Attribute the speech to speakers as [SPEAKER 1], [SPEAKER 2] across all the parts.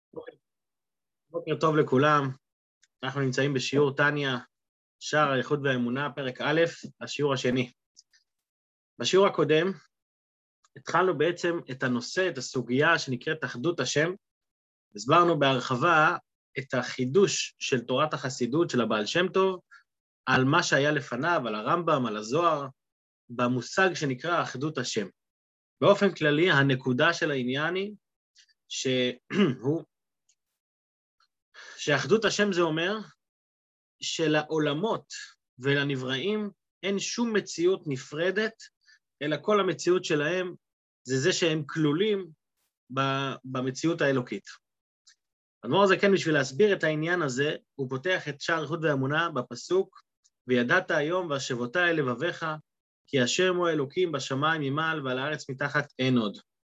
[SPEAKER 1] בוקר טוב לכולם, אנחנו נמצאים בשיעור תניא, שער הייחוד והאמונה, פרק א', השיעור השני. בשיעור הקודם התחלנו בעצם את הנושא, את הסוגיה שנקראת אחדות השם, הסברנו בהרחבה את החידוש של תורת החסידות של הבעל שם טוב, על מה שהיה לפניו, על הרמב"ם, על הזוהר, במושג שנקרא אחדות השם. באופן כללי, הנקודה של העניין היא שאחדות השם זה אומר שלעולמות ולנבראים אין שום מציאות נפרדת, אלא כל המציאות שלהם זה שהם כלולים במציאות האלוקית. אדמו"ר הזקן, בשביל להסביר את העניין הזה, הוא פותח את שער הייחוד והאמונה בפסוק, וידעת היום והשבותה אל לבביך, כי השם הוא אלוקים בשמיים ממעל ועל הארץ מתחת אין עוד.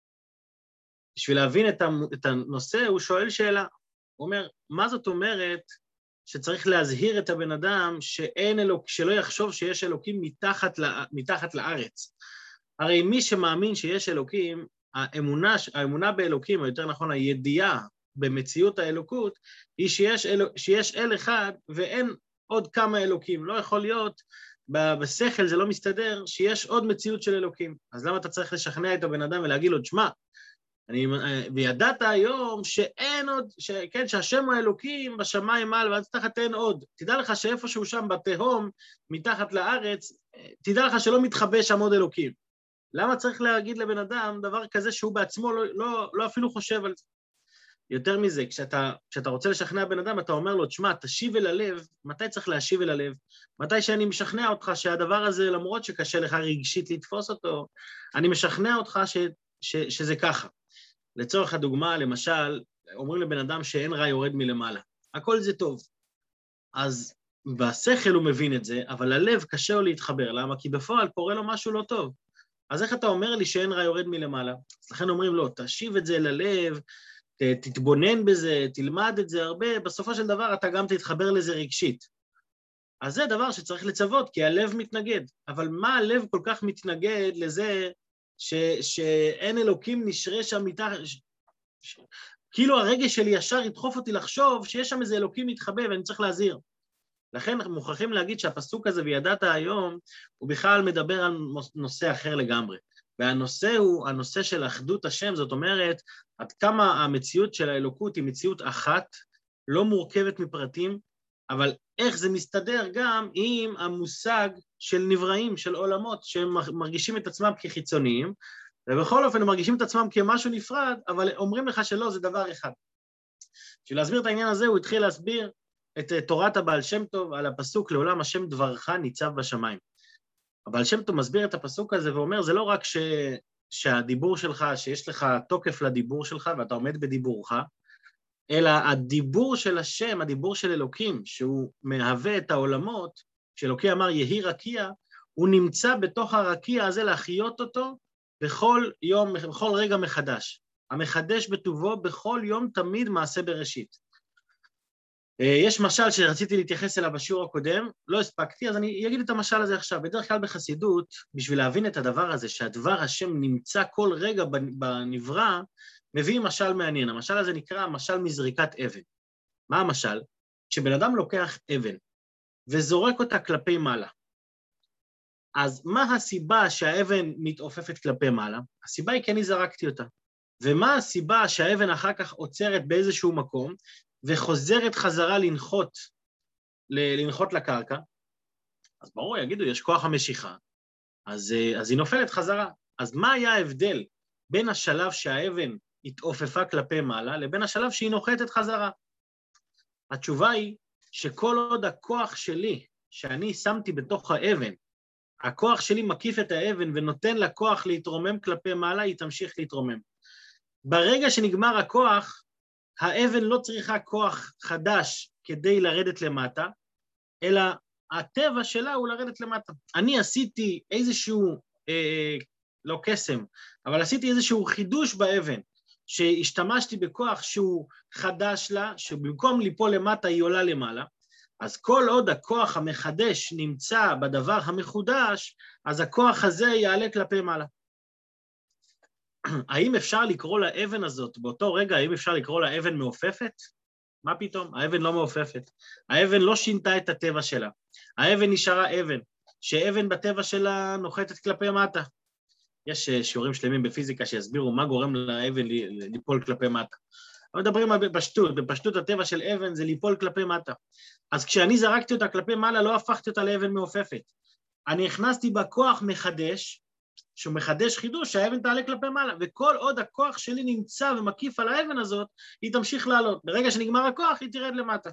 [SPEAKER 1] בשביל להבין את הנושא, הוא שואל שאלה. הוא אומר, מה זאת אומרת שצריך להזהיר את הבן אדם שלא יחשוב שיש אלוקים מתחת לארץ? הרי מי שמאמין שיש אלוקים, האמונה באלוקים, או יותר נכון, הידיעה במציאות האלוקות, היא שיש אל אחד ואין עוד כמה אלוקים. לא יכול להיות, בשכל זה לא מסתדר, שיש עוד מציאות של אלוקים. אז למה אתה צריך לשכנע את הבן אדם ולהגיד לו, תשמע, וידעת היום שאין עוד, שהשם הוא אלוקים בשמיים מעל ועד תחת אין עוד. תדע לך שאיפשהו שם בתהום, מתחת לארץ, תדע לך שלא מתחבא שם עוד אלוקים. למה צריך להגיד לבן אדם דבר כזה שהוא בעצמו לא אפילו חושב על זה? יותר מזה, כשאתה רוצה לשכנע בן אדם, אתה אומר לו, תשמע, תשיב אל הלב. מתי צריך להשיב אל הלב? מתי שאני משכנע אותך שהדבר הזה, למרות שקשה לך רגשית לתפוס אותו, אני משכנע אותך שזה ככה. לצורך הדוגמה, למשל, אומרים לבן אדם שאין רע יורד מלמעלה. הכל זה טוב. אז בשכל הוא מבין את זה, אבל הלב קשה לו להתחבר. למה? כי בפועל קורה לו משהו לא טוב. אז איך אתה אומר לי שאין רע יורד מלמעלה? אז לכן אומרים לו, תשיב את זה ללב, תתבונן בזה, תלמד את זה הרבה, בסופו של דבר אתה גם תתחבר לזה רגשית. אז זה דבר שצריך לצוות, כי הלב מתנגד. אבל מה הלב כל כך מתנגד לזה שאין אלוקים נשרה שם מתחת, כאילו הרגש שלי ישר ידחוף אותי לחשוב שיש שם איזה אלוקים מתחבא ואני צריך להזהיר. לכן מוכרחים להגיד שהפסוק הזה וידעת היום, הוא בכלל מדבר על נושא אחר לגמרי. והנושא הוא הנושא של אחדות השם, זאת אומרת, עד כמה המציאות של האלוקות היא מציאות אחת, לא מורכבת מפרטים, אבל איך זה מסתדר גם עם המושג של נבראים, של עולמות, שהם מרגישים את עצמם כחיצוניים, ובכל אופן הם מרגישים את עצמם כמשהו נפרד, אבל אומרים לך שלא, זה דבר אחד. בשביל להסביר את העניין הזה, הוא התחיל להסביר את תורת הבעל שם טוב על הפסוק, לעולם השם דברך ניצב בשמיים. הבעל שם טוב מסביר את הפסוק הזה ואומר, זה לא רק שהדיבור שלך, שיש לך תוקף לדיבור שלך ואתה עומד בדיבורך, אלא הדיבור של השם, הדיבור של אלוקים, שהוא מהווה את העולמות, כשאלוקי אמר יהי רקיע, הוא נמצא בתוך הרקיע הזה להחיות אותו בכל יום, בכל רגע מחדש. המחדש בטובו בכל יום תמיד מעשה בראשית. יש משל שרציתי להתייחס אליו בשיעור הקודם, לא הספקתי, אז אני אגיד את המשל הזה עכשיו. בדרך כלל בחסידות, בשביל להבין את הדבר הזה, שהדבר השם נמצא כל רגע בנברא, מביא משל מעניין. המשל הזה נקרא משל מזריקת אבן. מה המשל? כשבן אדם לוקח אבן וזורק אותה כלפי מעלה, אז מה הסיבה שהאבן מתעופפת כלפי מעלה? הסיבה היא כי אני זרקתי אותה. ומה הסיבה שהאבן אחר כך עוצרת באיזשהו מקום, וחוזרת חזרה לנחות לקרקע? אז ברור, יגידו, יש כוח המשיכה, אז היא נופלת חזרה. אז מה היה ההבדל בין השלב שהאבן התעופפה כלפי מעלה, לבין השלב שהיא נוחתת חזרה? התשובה היא שכל עוד הכוח שלי, שאני שמתי בתוך האבן, הכוח שלי מקיף את האבן ונותן לה כוח להתרומם כלפי מעלה, היא תמשיך להתרומם. ברגע שנגמר הכוח, האבן לא צריכה כוח חדש כדי לרדת למטה, אלא הטבע שלה הוא לרדת למטה. אני עשיתי איזשהו, לא קסם, אבל עשיתי איזשהו חידוש באבן, שהשתמשתי בכוח שהוא חדש לה, שבמקום ליפול למטה היא עולה למעלה, אז כל עוד הכוח המחדש נמצא בדבר המחודש, אז הכוח הזה יעלה כלפי מעלה. האם אפשר לקרוא לאבן הזאת, באותו רגע, האם אפשר לקרוא לאבן מעופפת? מה פתאום? האבן לא מעופפת. האבן לא שינתה את הטבע שלה. האבן נשארה אבן, שאבן בטבע שלה נוחתת כלפי מטה. יש שיעורים שלמים בפיזיקה שיסבירו מה גורם לאבן ליפול כלפי מטה. מדברים בפשטות הטבע של אבן זה ליפול כלפי מטה. אז כשאני זרקתי אותה כלפי מעלה, לא הפכתי אותה לאבן מעופפת. אני הכנסתי בה כוח מחדש, שהוא מחדש חידוש, שהאבן תעלה כלפי מעלה, וכל עוד הכוח שלי נמצא ומקיף על האבן הזאת, היא תמשיך לעלות. ברגע שנגמר הכוח, היא תרד למטה.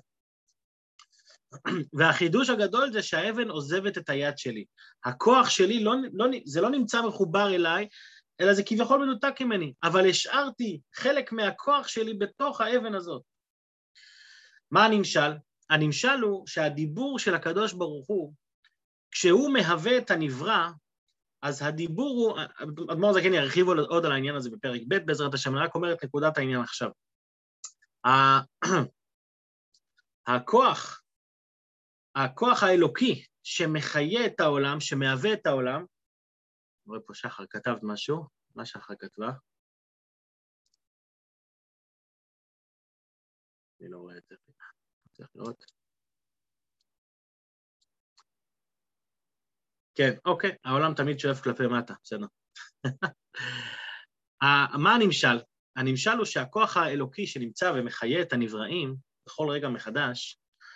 [SPEAKER 1] והחידוש הגדול זה שהאבן עוזבת את היד שלי. הכוח שלי, זה לא נמצא מחובר אליי, אלא זה כביכול מנותק ממני, אבל השארתי חלק מהכוח שלי בתוך האבן הזאת. מה הנמשל? הנמשל הוא שהדיבור של הקדוש ברוך הוא, כשהוא מהווה את הנברא, אז הדיבור הוא, אדמו"ר זקן ירחיב עוד על העניין הזה בפרק ב' בעזרת השם, אני רק אומר את נקודת העניין עכשיו. הכוח האלוקי שמחיה את העולם, שמהווה את העולם, רואה פה שחר כתבת משהו, מה שחר כתבה? אני לא רואה את זה, צריך לראות. כן, אוקיי, העולם תמיד שואף כלפי מטה, בסדר. מה הנמשל? הנמשל הוא שהכוח האלוקי שנמצא ומחיה את הנבראים בכל רגע מחדש,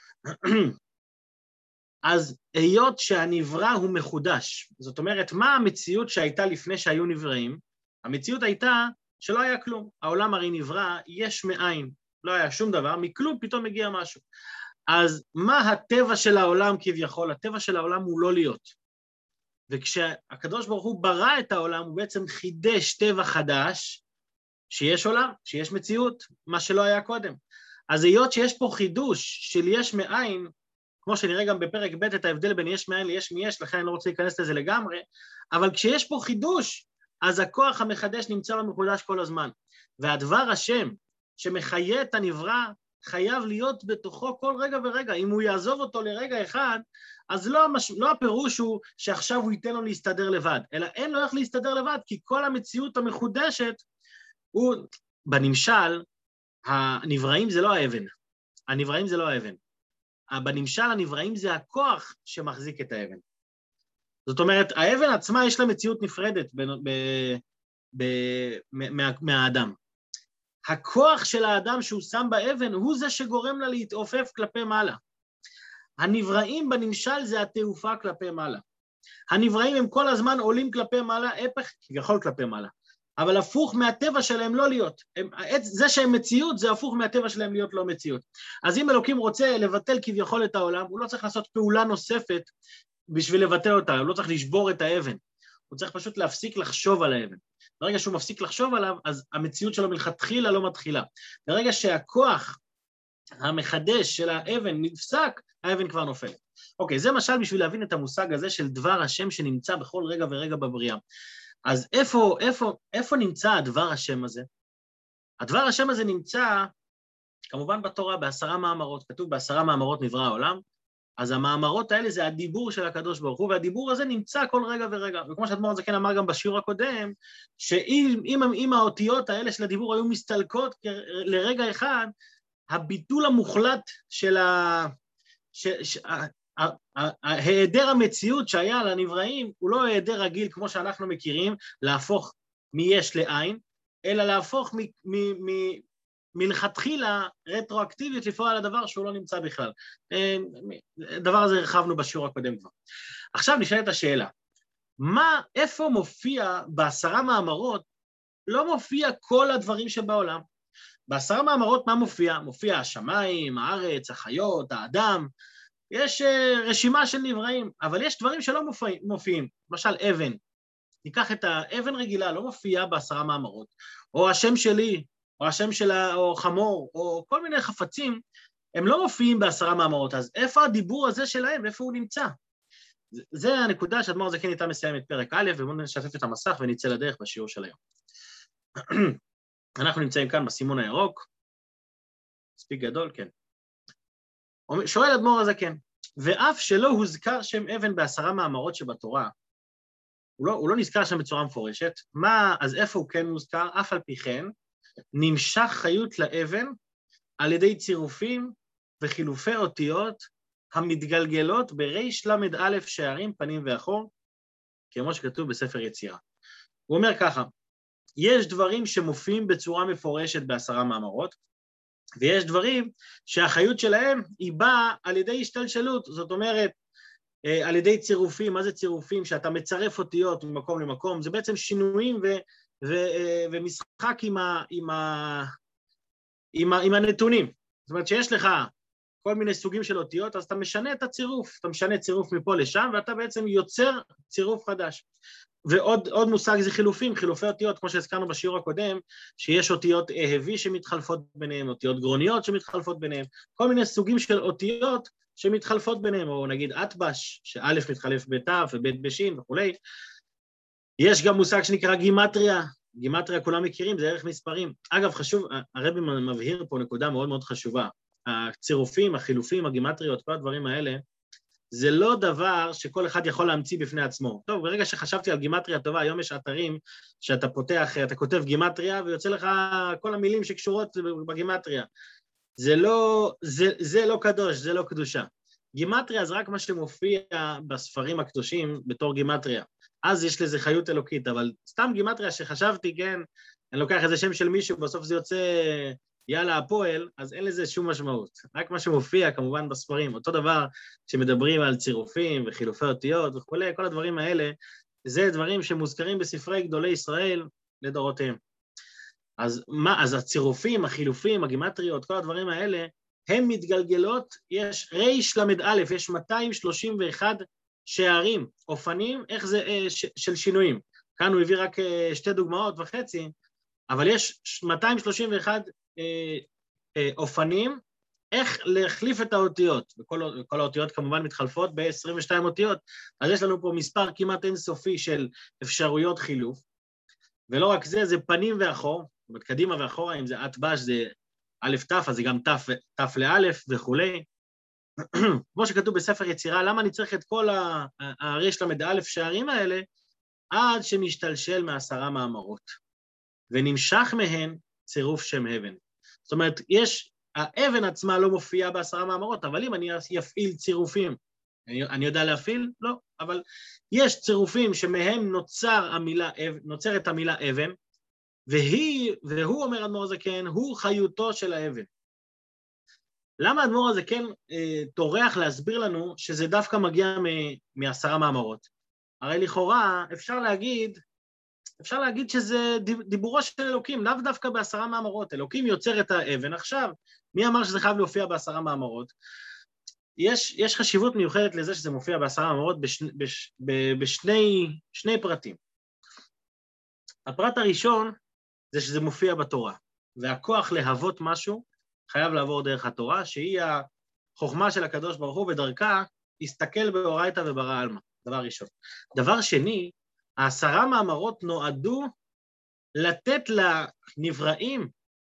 [SPEAKER 1] אז היות שהנברא הוא מחודש, זאת אומרת, מה המציאות שהייתה לפני שהיו נבראים? המציאות הייתה שלא היה כלום. העולם הרי נברא יש מאין, לא היה שום דבר, מכלום פתאום מגיע משהו. אז מה הטבע של העולם כביכול? הטבע של העולם הוא לא להיות. וכשהקדוש ברוך הוא ברא את העולם, הוא בעצם חידש טבע חדש, שיש עולם, שיש מציאות, מה שלא היה קודם. אז היות שיש פה חידוש של יש מאין, כמו שנראה גם בפרק ב' את ההבדל בין יש מאין ליש מיש, לכן אני לא רוצה להיכנס לזה לגמרי, אבל כשיש פה חידוש, אז הכוח המחדש נמצא במחודש כל הזמן. והדבר השם שמחיה את הנברא, חייב להיות בתוכו כל רגע ורגע. אם הוא יעזוב אותו לרגע אחד, אז לא הפירוש הוא שעכשיו הוא ייתן לו להסתדר לבד, אלא אין לו איך להסתדר לבד, כי כל המציאות המחודשת, הוא, בנמשל, הנבראים זה לא האבן. הנבראים זה לא האבן. בנמשל הנבראים זה הכוח שמחזיק את האבן. זאת אומרת, האבן עצמה יש לה מציאות נפרדת מהאדם. הכוח של האדם שהוא שם באבן הוא זה שגורם לה להתעופף כלפי מעלה. הנבראים בנמשל זה התעופה כלפי מעלה. הנבראים הם כל הזמן עולים כלפי מעלה, הפך כביכול כלפי מעלה. אבל הפוך מהטבע שלהם לא להיות. זה שהם מציאות, זה הפוך מהטבע שלהם להיות לא מציאות. אז אם אלוקים רוצה לבטל כביכול את העולם, הוא לא צריך לעשות פעולה נוספת בשביל לבטל אותה, הוא לא צריך לשבור את האבן. הוא צריך פשוט להפסיק לחשוב על האבן. ברגע שהוא מפסיק לחשוב עליו, אז המציאות שלו מלכתחילה לא מתחילה. ברגע שהכוח המחדש של האבן נפסק, האבן כבר נופלת. אוקיי, זה משל בשביל להבין את המושג הזה של דבר השם שנמצא בכל רגע ורגע בבריאה. אז איפה נמצא הדבר השם הזה? הדבר השם הזה נמצא, כמובן בתורה, ב10 מאמרות, כתוב ב10 מאמרות נברא העולם, אז המאמרות האלה זה הדיבור של הקדוש ברוך הוא, והדיבור הזה נמצא כל רגע ורגע, וכמו שאדמו"ר זקן אמר גם בשיעור הקודם, שאם האותיות האלה של הדיבור היו מסתלקות לרגע אחד, הביטול המוחלט של ההיעדר המציאות שהיה על הנבראים, הוא לא היעדר רגיל כמו שאנחנו מכירים, להפוך מיש לעין, אלא להפוך מלכתחילה רטרואקטיבית לפעול על הדבר שהוא לא נמצא בכלל. הדבר הזה הרחבנו בשיעור הקודם כבר. עכשיו נשאלת השאלה, איפה מופיע ב10 מאמרות, לא מופיע כל הדברים שבעולם. ב10 מאמרות מה מופיע? מופיע השמיים, הארץ, החיות, האדם, יש רשימה של נבראים, אבל יש דברים שלא מופיעים, למשל אבן. ניקח את האבן רגילה, לא מופיעה ב10 מאמרות, או השם שלי, או השם שלה, או חמור, או כל מיני חפצים, הם לא מופיעים ב10 מאמרות, אז איפה הדיבור הזה שלהם, איפה הוא נמצא? זה הנקודה שאדמו"ר זקן איתה מסיים את פרק א', ובואו נשתף את המסך ונצא לדרך בשיעור של היום. אנחנו נמצאים כאן בסימון הירוק, מספיק גדול, כן. שואל אדמו"ר הזקן, ואף שלא הוזכר שם אבן ב10 מאמרות שבתורה, הוא לא נזכר שם בצורה מפורשת. אז איפה הוא כן מוזכר? אף על פי כן, נמשך חיות לאבן על ידי צירופים וחילופי אותיות המתגלגלות בריש למד א' שערים פנים ואחור, כמו שכתוב בספר יצירה. הוא אומר ככה, יש דברים שמופיעים בצורה מפורשת ב10 מאמרות, ויש דברים שהחיות שלהם היא באה על ידי השתלשלות, זאת אומרת, על ידי צירופים. מה זה צירופים? שאתה מצרף אותיות ממקום למקום, זה בעצם שינויים ומשחק עם הנתונים. זאת אומרת שיש לך כל מיני סוגים של אותיות, אז אתה משנה את הצירוף, אתה משנה צירוף מפה לשם, ואתה בעצם יוצר צירוף חדש. ועוד מושג זה חילופים, חילופי אותיות, כמו שהזכרנו בשיעור הקודם, שיש אותיות אהבי שמתחלפות ביניהם, אותיות גרוניות שמתחלפות ביניהם, כל מיני סוגים של אותיות שמתחלפות ביניהם, או נגיד אטבש, שא' מתחלף בת' וב' בשין וכולי. יש גם מושג שנקרא גימטריה, גימטריה כולם מכירים, זה ערך מספרים. אגב, חשוב, הרבי מבהיר פה נקודה מאוד מאוד חשובה, הצירופים, החילופים, הגימטריות, כל הדברים האלה, זה לא דבר שכל אחד יכול להמציא בפני עצמו. טוב, ברגע שחשבתי על גימטריה טובה, היום יש אתרים שאתה פותח, אתה כותב גימטריה, ויוצא לך כל המילים שקשורות בגימטריה. זה לא קדוש, זה לא קדושה. גימטריה זה רק מה שמופיע בספרים הקדושים בתור גימטריה. אז יש לזה חיות אלוקית, אבל סתם גימטריה שחשבתי, כן, אני לוקח איזה שם של מישהו, בסוף זה יוצא יאללה הפועל, אז אין לזה שום משמעות. רק מה שמופיע כמובן בספרים. אותו דבר שמדברים על צירופים וחילופי אותיות וכו', כל הדברים האלה, זה דברים שמוזכרים בספרי גדולי ישראל לדורותיהם. אז הצירופים, החילופים, הגימטריות, כל הדברים האלה, הם מתגלגלות, יש ריש למד א', יש 231 שערים, אופנים, איך זה של שינויים. כאן הוא הביא רק 2 דוגמאות וחצי, אבל יש 231 אופנים, איך להחליף את האותיות, וכל האותיות כמובן מתחלפות ב-22 אותיות, אז יש לנו פה מספר כמעט אינסופי של אפשרויות חילוף, ולא רק זה, זה פנים ואחור, זאת אומרת, קדימה ואחורה, אם זה אטבש, זה א' ת', אז זה גם ת' לאלף וכולי. כמו שכתוב בספר יצירה, למה אני צריך את כל הריש למד א' שערים האלה, עד שמשתלשל מ10 מאמרות, ונמשך מהן צירוף שם אבן. זאת אומרת, האבן עצמה לא מופיעה ב10 מאמרות, אבל אם אני אפעיל צירופים, אני יודע להפעיל? לא, אבל יש צירופים שמהם נוצרת המילה אבן, והוא אומר האדמו"ר הזקן, הוא חיותו של האבן. למה האדמו"ר הזקן טורח להסביר לנו שזה דווקא מגיע מ10 מאמרות? הרי לכאורה אפשר להגיד שזה דיבורו של אלוקים, לאו דווקא ב10 מאמרות. אלוקים יוצר את האבן עכשיו. מי אמר שזה חייב להופיע ב10 מאמרות? יש חשיבות מיוחדת לזה שזה מופיע ב10 מאמרות בשני פרטים. הפרט הראשון זה שזה מופיע בתורה, והכוח להוות משהו חייב לעבור דרך התורה, שהיא החוכמה של הקדוש ברוך הוא, ודרכה להסתכל באורייתא וברא עלמא, דבר ראשון. דבר שני, 10 מאמרות נועדו לתת לנבראים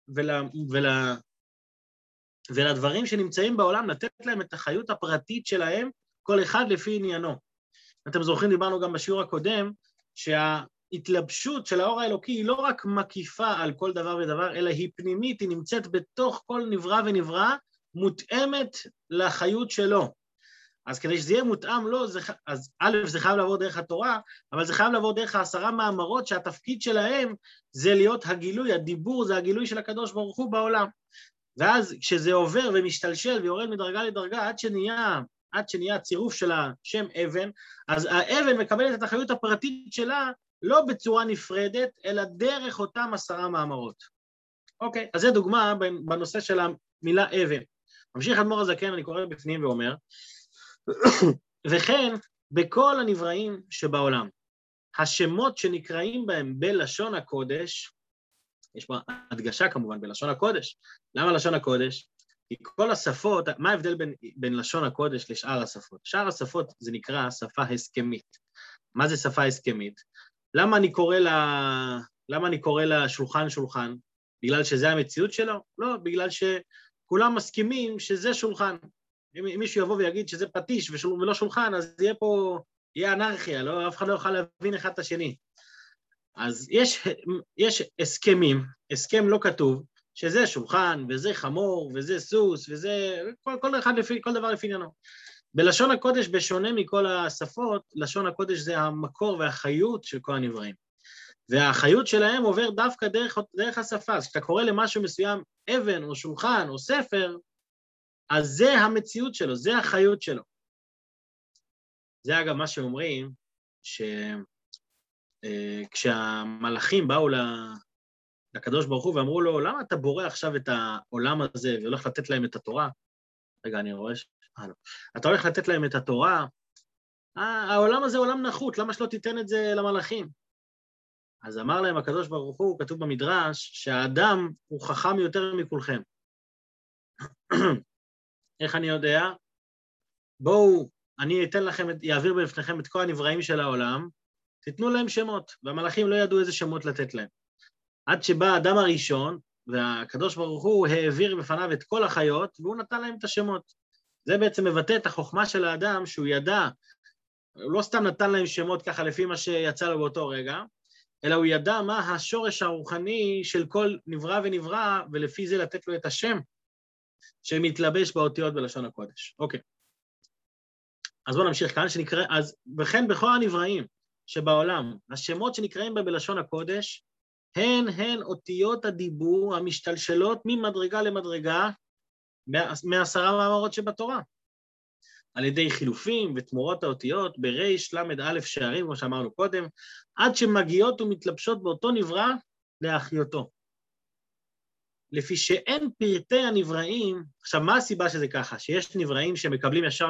[SPEAKER 1] ולדברים שנמצאים בעולם, לתת להם את החיות הפרטית שלהם, כל אחד לפי עניינו. אתם זוכרים, דיברנו גם בשיעור הקודם, שההתלבשות של האור האלוקי היא לא רק מקיפה על כל דבר ודבר, אלא היא פנימית, היא נמצאת בתוך כל נברא ונברא, מותאמת לחיות שלו. אז כדי שזה יהיה מותאם לו, אז א', זה חייב לעבור דרך התורה, אבל זה חייב לעבור דרך 10 מאמרות שהתפקיד שלהם זה להיות הגילוי, הדיבור זה הגילוי של הקדוש ברוך הוא בעולם. ואז כשזה עובר ומשתלשל ויורד מדרגה לדרגה, עד שנהיה צירוף של השם אבן, אז האבן מקבלת את החיות הפרטית שלה, לא בצורה נפרדת, אלא דרך אותם 10 מאמרות. אוקיי, אז זו דוגמה בנושא של המילה אבן. ממשיך האדמו"ר הזקן, אני קורא בפנים ואומר, וכן, בכל הנבראים שבעולם, השמות שנקראים בהם בלשון הקודש, יש פה הדגשה כמובן בלשון הקודש. למה לשון הקודש? כי כל השפות, מה ההבדל בין לשון הקודש לשאר השפות? שאר השפות זה נקרא שפה הסכמית. מה זה שפה הסכמית? למה אני קורא לה שולחן שולחן? בגלל שזה המציאות שלו? לא, בגלל שכולם מסכימים שזה שולחן. אם מישהו יבוא ויגיד שזה פטיש ולא שולחן, אז יהיה פה יהיה אנרכיה, לא, אף אחד לא יוכל להבין אחד את השני. אז יש הסכמים, הסכם לא כתוב, שזה שולחן, וזה חמור, וזה סוס, וזה, כל דבר לפי עניינו. בלשון הקודש, בשונה מכל השפות, לשון הקודש זה המקור והחיות של כל הנבראים. והחיות שלהם עובר דווקא דרך השפה. אז כשאתה קורא למשהו מסוים אבן או שולחן או ספר, אז זה המציאות שלו, זה החיות שלו. זה אגב מה שאומרים, כשהמלאכים באו לקדוש ברוך הוא ואמרו לו, למה אתה בורא עכשיו את העולם הזה והולך לתת להם את התורה? רגע, אני רואה לא. אתה הולך לתת להם את התורה, העולם הזה עולם נחות, למה שלא תיתן את זה למלאכים? אז אמר להם הקדוש ברוך הוא, כתוב במדרש, שהאדם הוא חכם יותר מכולכם. איך אני יודע? בואו, אני אתן לכם, יעביר בפניכם את כל הנבראים של העולם, תיתנו להם שמות, והמלאכים לא ידעו איזה שמות לתת להם. עד שבא האדם הראשון, והקדוש ברוך הוא העביר בפניו את כל החיות, והוא נתן להם את השמות. זה בעצם מבטא את החוכמה של האדם, שהוא ידע, הוא לא סתם נתן להם שמות ככה לפי מה שיצא לו באותו רגע, אלא הוא ידע מה השורש הרוחני של כל נברא ונברא, ולפי זה לתת לו את השם שמתלבש באותיות בלשון הקודש. אוקיי. אז בואו נמשיך כאן, אז וכן בכל הנבראים שבעולם, השמות שנקראים בה בלשון הקודש, הן אותיות הדיבור המשתלשלות ממדרגה למדרגה, מ10 מאמרות שבתורה. על ידי חילופים ותמורות האותיות בריש למד א' שערים, כמו שאמרנו קודם, עד שמגיעות ומתלבשות באותו נברא להחיותו. לפי שאין פרטי הנבראים, עכשיו מה הסיבה שזה ככה? שיש נבראים שמקבלים ישר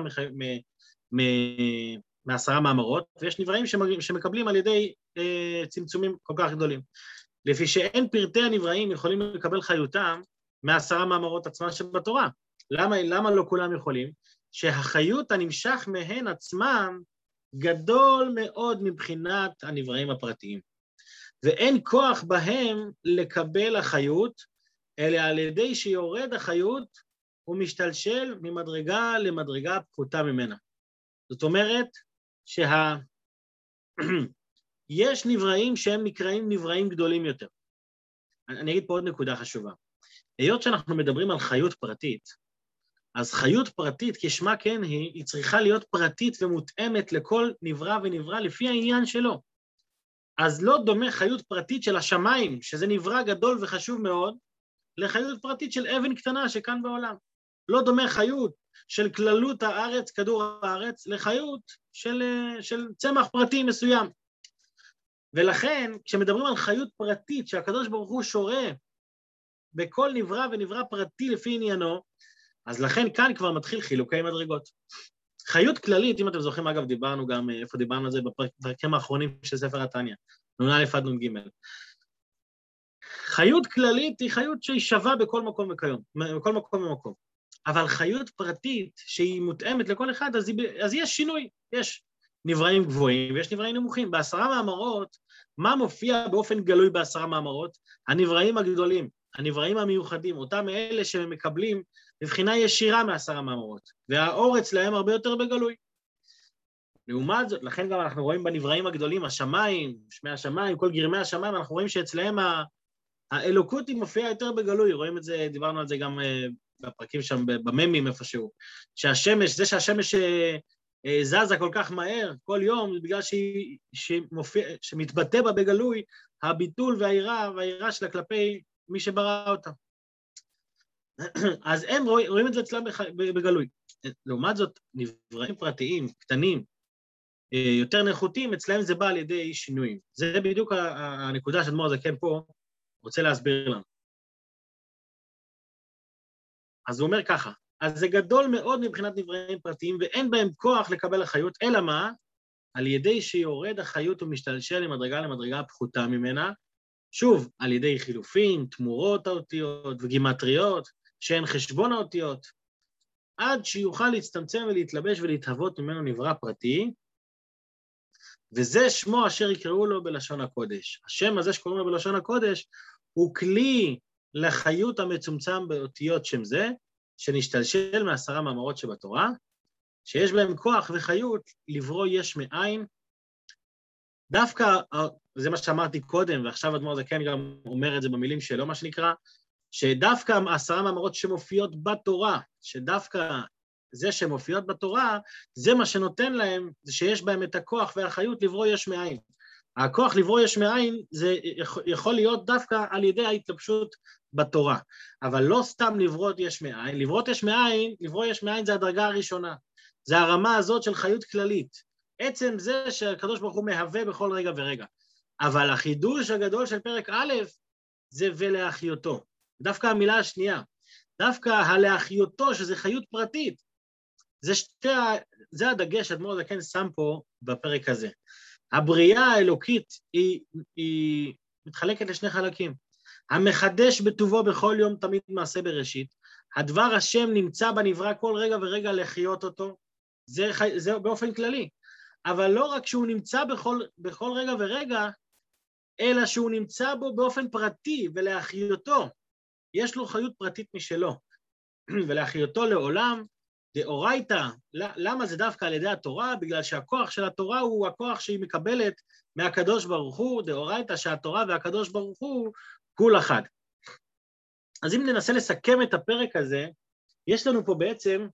[SPEAKER 1] מ10 מאמרות, ויש נבראים שמקבלים על ידי צמצומים כל כך גדולים. לפי שאין פרטי הנבראים יכולים לקבל חיותם מ10 מאמרות עצמם שבתורה. למה לא כולם יכולים? שהחיות הנמשך מהן עצמם גדול מאוד מבחינת הנבראים הפרטיים. ואין כוח בהם לקבל החיות, אלא על ידי שיורד החיות ומשתלשל ממדרגה למדרגה פחותה ממנה. זאת אומרת יש נבראים שהם נקראים נבראים גדולים יותר. אני אגיד פה עוד נקודה חשובה. היות שאנחנו מדברים על חיות פרטית, אז חיות פרטית, כשמה כן היא צריכה להיות פרטית ומותאמת לכל נברא ונברא לפי העניין שלו. אז לא דומה חיות פרטית של השמיים, שזה נברא גדול וחשוב מאוד, לחיות פרטית של אבן קטנה שכאן בעולם. לא דומה חיות של כללות הארץ, כדור הארץ, לחיות של צמח פרטי מסוים. ולכן, כשמדברים על חיות פרטית שהקדוש ברוך הוא שורה בכל נברא ונברא פרטי לפי עניינו, אז לכן כאן כבר מתחיל חילוקי מדרגות. חיות כללית, אם אתם זוכרים, אגב, דיברנו גם, איפה דיברנו על זה? בפרקים האחרונים של ספר התניא, נ"א עד נ"ג. חיות כללית היא חיות שהיא שווה בכל מקום בכל מקום ומקום. אבל חיות פרטית שהיא מותאמת לכל אחד, אז יש שינוי. יש נבראים גבוהים ויש נבראים נמוכים. ב10 מאמרות, מה מופיע באופן גלוי ב10 מאמרות? הנבראים הגדולים, הנבראים המיוחדים, אותם אלה שמקבלים מבחינה ישירה מ10 מאמרות, והאור אצלהם הרבה יותר בגלוי. לעומת זאת, לכן גם אנחנו רואים בנבראים הגדולים, השמיים, שמי השמיים, כל גרמי השמיים, אנחנו רואים שאצלהם האלוקות היא מופיעה יותר בגלוי, רואים את זה, דיברנו על זה גם בפרקים שם, בממים איפשהו, שהשמש, זה שהשמש זזה כל כך מהר, כל יום, זה בגלל שמתבטא בה בגלוי, הביטול והעירה שלה כלפי מי שברא אותה. אז הם רואים את זה אצלם בגלוי. לעומת זאת, נבראים פרטיים, קטנים, יותר נחותים, אצלם זה בא על ידי שינויים. זה בדיוק הנקודה שאדמו"ר הזקן פה רוצה להסביר לנו. אז הוא אומר ככה, אז זה גדול מאוד מבחינת נבראים פרטיים, ואין בהם כוח לקבל החיות, אלא מה? על ידי שיורד החיות ומשתלשל למדרגה למדרגה פחותה ממנה, שוב, על ידי חילופים, תמורות האותיות וגימטריות, שאין חשבון האותיות, עד שיוכל להצטמצם ולהתלבש ולהתהוות ממנו נברא פרטי, וזה שמו אשר יקראו לו בלשון הקודש. השם הזה שקוראים לו בלשון הקודש, הוא כלי לחיות המצומצם באותיות שם זה, שנשתלשל מ10 מאמרות שבתורה, שיש בהם כוח וחיות לברוא יש מאין, דווקא, זה מה שאמרתי קודם, ועכשיו אדמו"ר הזקן גם אומר את זה במילים שלו, מה שנקרא, שדווקא 10 מאמרות שמופיעות בתורה, שדווקא זה שמופיעות בתורה, זה מה שנותן להם, זה שיש בהם את הכוח והחיות לברוא יש מאין. הכוח לברוא יש מאין, זה יכול להיות דווקא על ידי ההתלבשות בתורה, אבל לא סתם לברוא יש מאין, לברוא יש מאין זה הדרגה הראשונה, זה הרמה הזאת של חיות כללית, עצם זה שהקדוש ברוך הוא מהווה בכל רגע ורגע, אבל החידוש הגדול של פרק א' זה ולהחיותו, דווקא המילה השנייה, דווקא הלהחיותו שזה חיות פרטית, זה הדגש אדמו"ר הזקן שם פה בפרק הזה. הבריאה האלוקית היא מתחלקת לשני חלקים. המחדש בטובו בכל יום תמיד מעשה בראשית, הדבר השם נמצא בנברא כל רגע ורגע לחיות אותו, זה באופן כללי. אבל לא רק שהוא נמצא בכל רגע ורגע, אלא שהוא נמצא בו באופן פרטי ולהחיותו. יש לו חיות פרטית משלו, ולהחיותו לעולם, דאורייתא. למה זה דווקא על ידי התורה? בגלל שהכוח של התורה הוא הכוח שהיא מקבלת מהקדוש ברוך הוא, דאורייתא שהתורה והקדוש ברוך הוא כול אחד. אז אם ננסה לסכם את הפרק הזה, יש לנו פה בעצם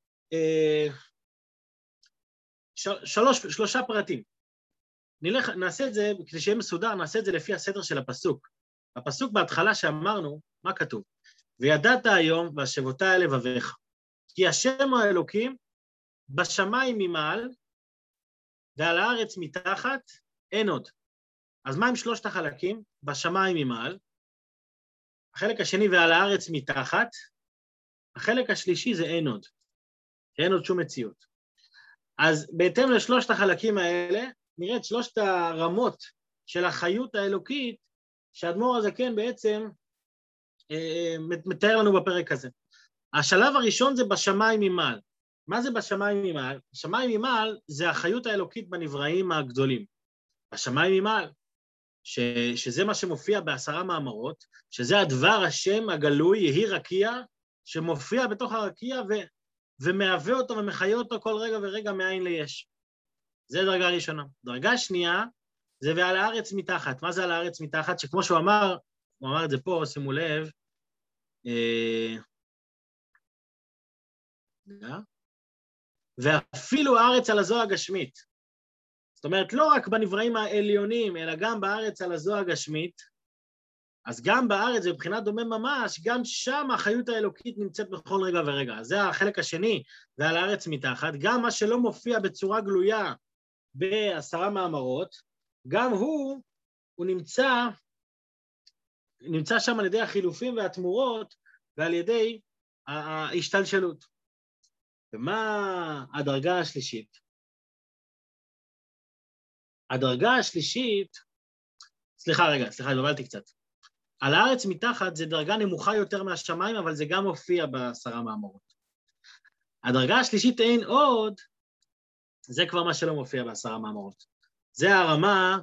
[SPEAKER 1] שלושה פרטים. נעשה את זה, כדי שיהיה מסודר, נעשה את זה לפי הסדר של הפסוק. הפסוק בהתחלה שאמרנו, מה כתוב? וידעת היום והשבותה אל לבביך. כי השם האלוקים בשמיים ממעל ועל הארץ מתחת אין עוד. אז מה עם שלושת החלקים? בשמיים ממעל, החלק השני ועל הארץ מתחת, החלק השלישי זה אין עוד. אין עוד שום מציאות. אז בהתאם לשלושת החלקים האלה, נראה את שלושת הרמות של החיות האלוקית, שהאדמו"ר הזקן בעצם מתאר לנו בפרק הזה. השלב הראשון זה בשמיים ממעל. מה זה בשמיים ממעל? בשמיים ממעל זה החיות האלוקית בנבראים הגדולים. בשמיים ממעל, שזה מה שמופיע ב10 מאמרות, שזה הדבר השם הגלוי, יהי רקיע, שמופיע בתוך הרקיע ומהווה אותו ומחיה אותו כל רגע ורגע מאין ליש. זה דרגה ראשונה. דרגה שנייה, זה ועל הארץ מתחת. מה זה על הארץ מתחת? שכמו שהוא אמר, הוא אמר את זה פה, שימו לב, ואפילו הארץ על הזו הגשמית. זאת אומרת, לא רק בנבראים העליונים, אלא גם בארץ על הזו הגשמית, אז גם בארץ, ובבחינת דומה ממש, גם שם החיות האלוקית נמצאת בכל רגע ורגע. זה החלק השני, ועל הארץ מתחת. גם מה שלא מופיע בצורה גלויה ב10 מאמרות, גם הוא נמצא שם על ידי החילופים והתמורות, ועל ידי ההשתלשלות. ומה הדרגה השלישית? הדרגה השלישית, סליחה, התבלבלתי קצת. על הארץ מתחת זה דרגה נמוכה יותר מהשמיים, אבל זה גם מופיע ב10 מאמרות. הדרגה השלישית אין עוד, זה כבר מה שלא מופיע ב10 מאמרות. זה הרמה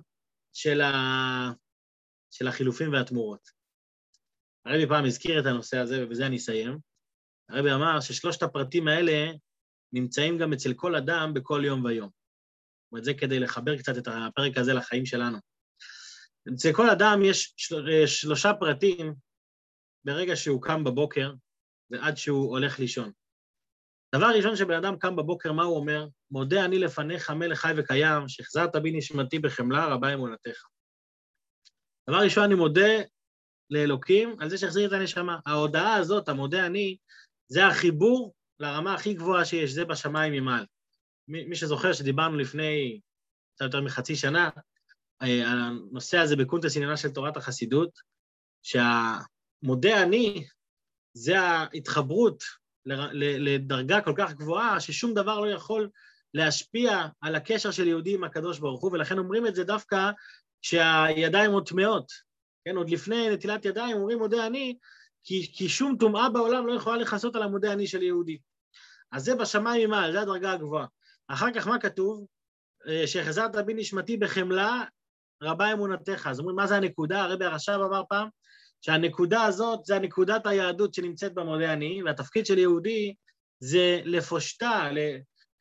[SPEAKER 1] של החילופים והתמורות. הרבי פעם הזכיר את הנושא הזה, ובזה אני אסיים. הרבי אמר ששלושת הפרטים האלה נמצאים גם אצל כל אדם בכל יום ויום. זאת אומרת, זה כדי לחבר קצת את הפרק הזה לחיים שלנו. אצל כל אדם יש 3 פרטים ברגע שהוא קם בבוקר ועד שהוא הולך לישון. דבר ראשון שבן אדם קם בבוקר, מה הוא אומר? מודה אני לפניך מלך חי וקיים, שהחזרת בי נשמתי בחמלה רבה אמונתך. דבר ראשון, אני מודה לאלוקים על זה שהחזיר את הנשמה. ההודעה הזאת, המודה אני, זה החיבור לרמה הכי גבוהה שיש, זה בשמיים ממעל. מי שזוכר שדיברנו לפני קצת יותר מחצי שנה, הנושא הזה בקונטס עניינה של תורת החסידות, שהמודה אני זה ההתחברות לדרגה כל כך גבוהה, ששום דבר לא יכול להשפיע על הקשר של יהודי עם הקדוש ברוך הוא, ולכן אומרים את זה דווקא כשהידיים עוד טמאות, כן, עוד לפני נטילת ידיים אומרים מודה אני, כי שום טומאה בעולם לא יכולה לכסות על המודה אני של יהודי. אז זה בשמיים ממעל, זה הדרגה הגבוהה. אחר כך מה כתוב? שהחזרת בי נשמתי בחמלה רבה אמונתך. אז אומרים, מה זה הנקודה? הרבי הרש"ב אמר פעם, שהנקודה הזאת זה הנקודת היהדות שנמצאת במודה אני, והתפקיד של יהודי זה לפושטה,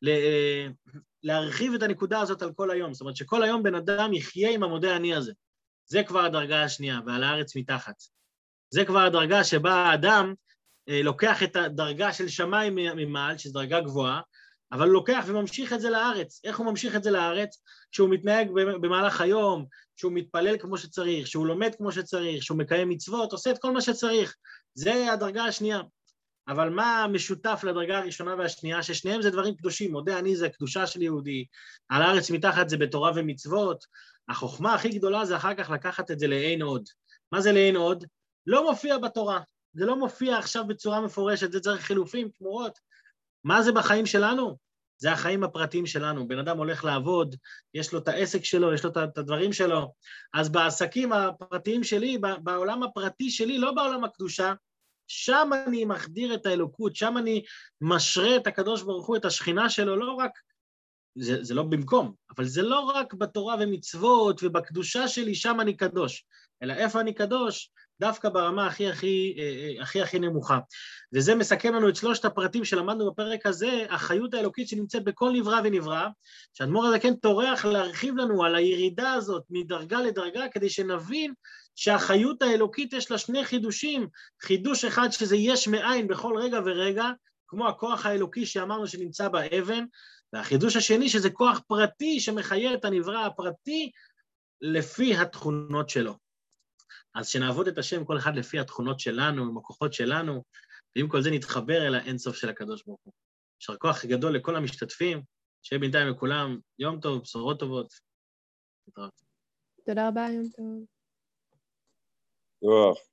[SPEAKER 1] להרחיב את הנקודה הזאת על כל היום. זאת אומרת שכל היום בן אדם יחיה עם המודה אני הזה. זה כבר הדרגה השנייה, ועל הארץ מתחת. זה כבר הדרגה שבה האדם לוקח את הדרגה של שמיים ממעל, שזו דרגה גבוהה, אבל הוא לוקח וממשיך את זה לארץ. איך הוא ממשיך את זה לארץ? כשהוא מתנהג במהלך היום, שהוא מתפלל כמו שצריך, שהוא לומד כמו שצריך, שהוא מקיים מצוות, עושה את כל מה שצריך. זה הדרגה השנייה. אבל מה משותף לדרגה הראשונה והשנייה? ששניהם זה דברים קדושים. מודה אני זה הקדושה של יהודי, על הארץ מתחת זה בתורה ומצוות. החוכמה הכי גדולה זה אחר כך לקחת את זה לאין עוד. מה זה לאין עוד? לא מופיע בתורה. זה לא מופיע עכשיו בצורה מפורשת, זה צריך חילופים, תמורות. מה זה בחיים שלנו? זה החיים הפרטיים שלנו. בן אדם הולך לעבוד, יש לו את העסק שלו, יש לו את הדברים שלו. אז בעסקים הפרטיים שלי, בעולם הפרטי שלי, לא בעולם הקדושה, שם אני מחדיר את האלוקות, שם אני משרה את הקדוש ברוך הוא, את השכינה שלו, לא רק, זה לא במקום, אבל זה לא רק בתורה ומצוות ובקדושה שלי, שם אני קדוש, אלא איפה אני קדוש? דווקא ברמה הכי נמוכה. וזה מסכם לנו את שלושת הפרטים שלמדנו בפרק הזה, החיות האלוקית שנמצאת בכל נברא ונברא, שהאדמו"ר הזה כן טורח להרחיב לנו על הירידה הזאת מדרגה לדרגה, כדי שנבין שהחיות האלוקית יש לה שני חידושים, חידוש אחד שזה יש מאין בכל רגע ורגע, כמו הכוח האלוקי שאמרנו שנמצא באבן, והחידוש השני שזה כוח פרטי שמחיה את הנברא הפרטי לפי התכונות שלו. אז שנעבוד את השם כל אחד לפי התכונות שלנו, עם הכוחות שלנו, ועם כל זה נתחבר אל האינסוף של הקדוש ברוך הוא. יישר כוח גדול לכל המשתתפים, שיהיה בינתיים לכולם יום טוב, בשורות טובות.
[SPEAKER 2] תודה רבה, יום טוב.
[SPEAKER 3] טוב.